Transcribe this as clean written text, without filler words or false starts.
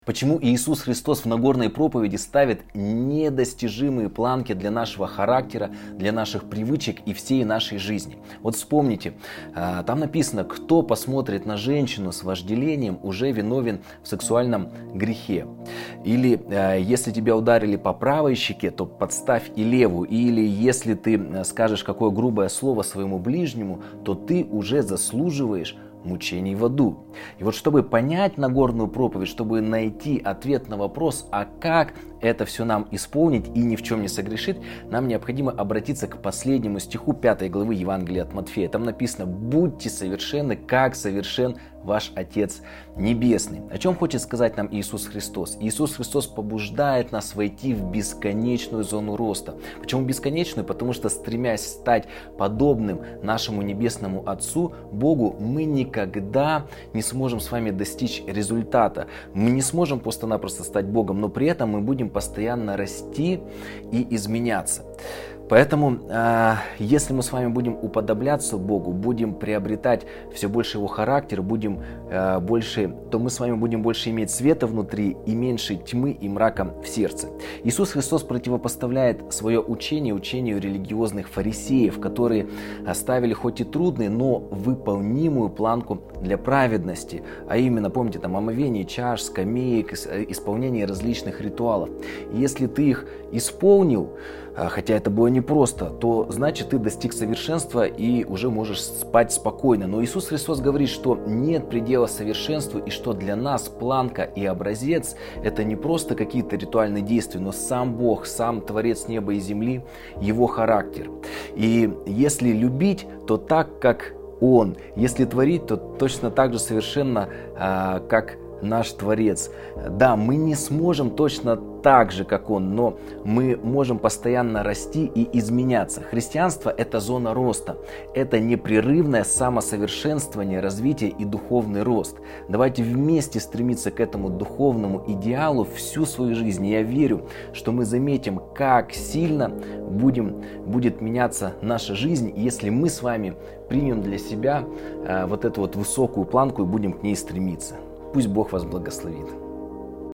Почему Иисус Христос в Нагорной проповеди ставит недостижимые планки для нашего характера, для наших привычек и всей нашей жизни? Вот вспомните, там написано: кто посмотрит на женщину с вожделением, уже виновен в сексуальном грехе. Или если тебя ударили по правой щеке, то подставь и левую. Или если ты скажешь какое грубое слово своему ближнему, то ты уже заслуживаешь мучений в аду. И вот чтобы понять Нагорную проповедь, чтобы найти ответ на вопрос, а как это все нам исполнить и ни в чем не согрешить, нам необходимо обратиться к последнему стиху 5 главы Евангелия от Матфея. Там написано: «Будьте совершенны, как совершен ваш Отец Небесный». О чем хочет сказать нам Иисус Христос? Иисус Христос побуждает нас войти в бесконечную зону роста. Почему бесконечную? Потому что, стремясь стать подобным нашему Небесному Отцу, Богу, мы никогда не сможем с вами достичь результата. Мы не сможем просто-напросто стать Богом, но при этом мы будем постоянно расти и изменяться. Поэтому, если мы с вами будем уподобляться Богу, будем приобретать все больше Его характер, то мы с вами будем больше иметь света внутри и меньше тьмы и мрака в сердце. Иисус Христос противопоставляет свое учение учению религиозных фарисеев, которые ставили хоть и трудную, но выполнимую планку для праведности. А именно, помните, там омовение чаш, скамеек, исполнение различных ритуалов. И если ты их исполнил, хотя это было непросто, то значит ты достиг совершенства и уже можешь спать спокойно. Но Иисус Христос говорит, что нет предела совершенству и что для нас планка и образец — это не просто какие-то ритуальные действия, но сам Бог, сам Творец неба и земли, Его характер. И если любить, то так, как Он. Если творить, то точно так же совершенно, как наш Творец. Да, мы не сможем точно так же, как Он, но мы можем постоянно расти и изменяться. Христианство — это зона роста. Это непрерывное самосовершенствование, развитие и духовный рост. Давайте вместе стремиться к этому духовному идеалу всю свою жизнь. И я верю, что мы заметим, как сильно будет меняться наша жизнь, если мы с вами примем для себя вот эту вот высокую планку и будем к ней стремиться. Пусть Бог вас благословит.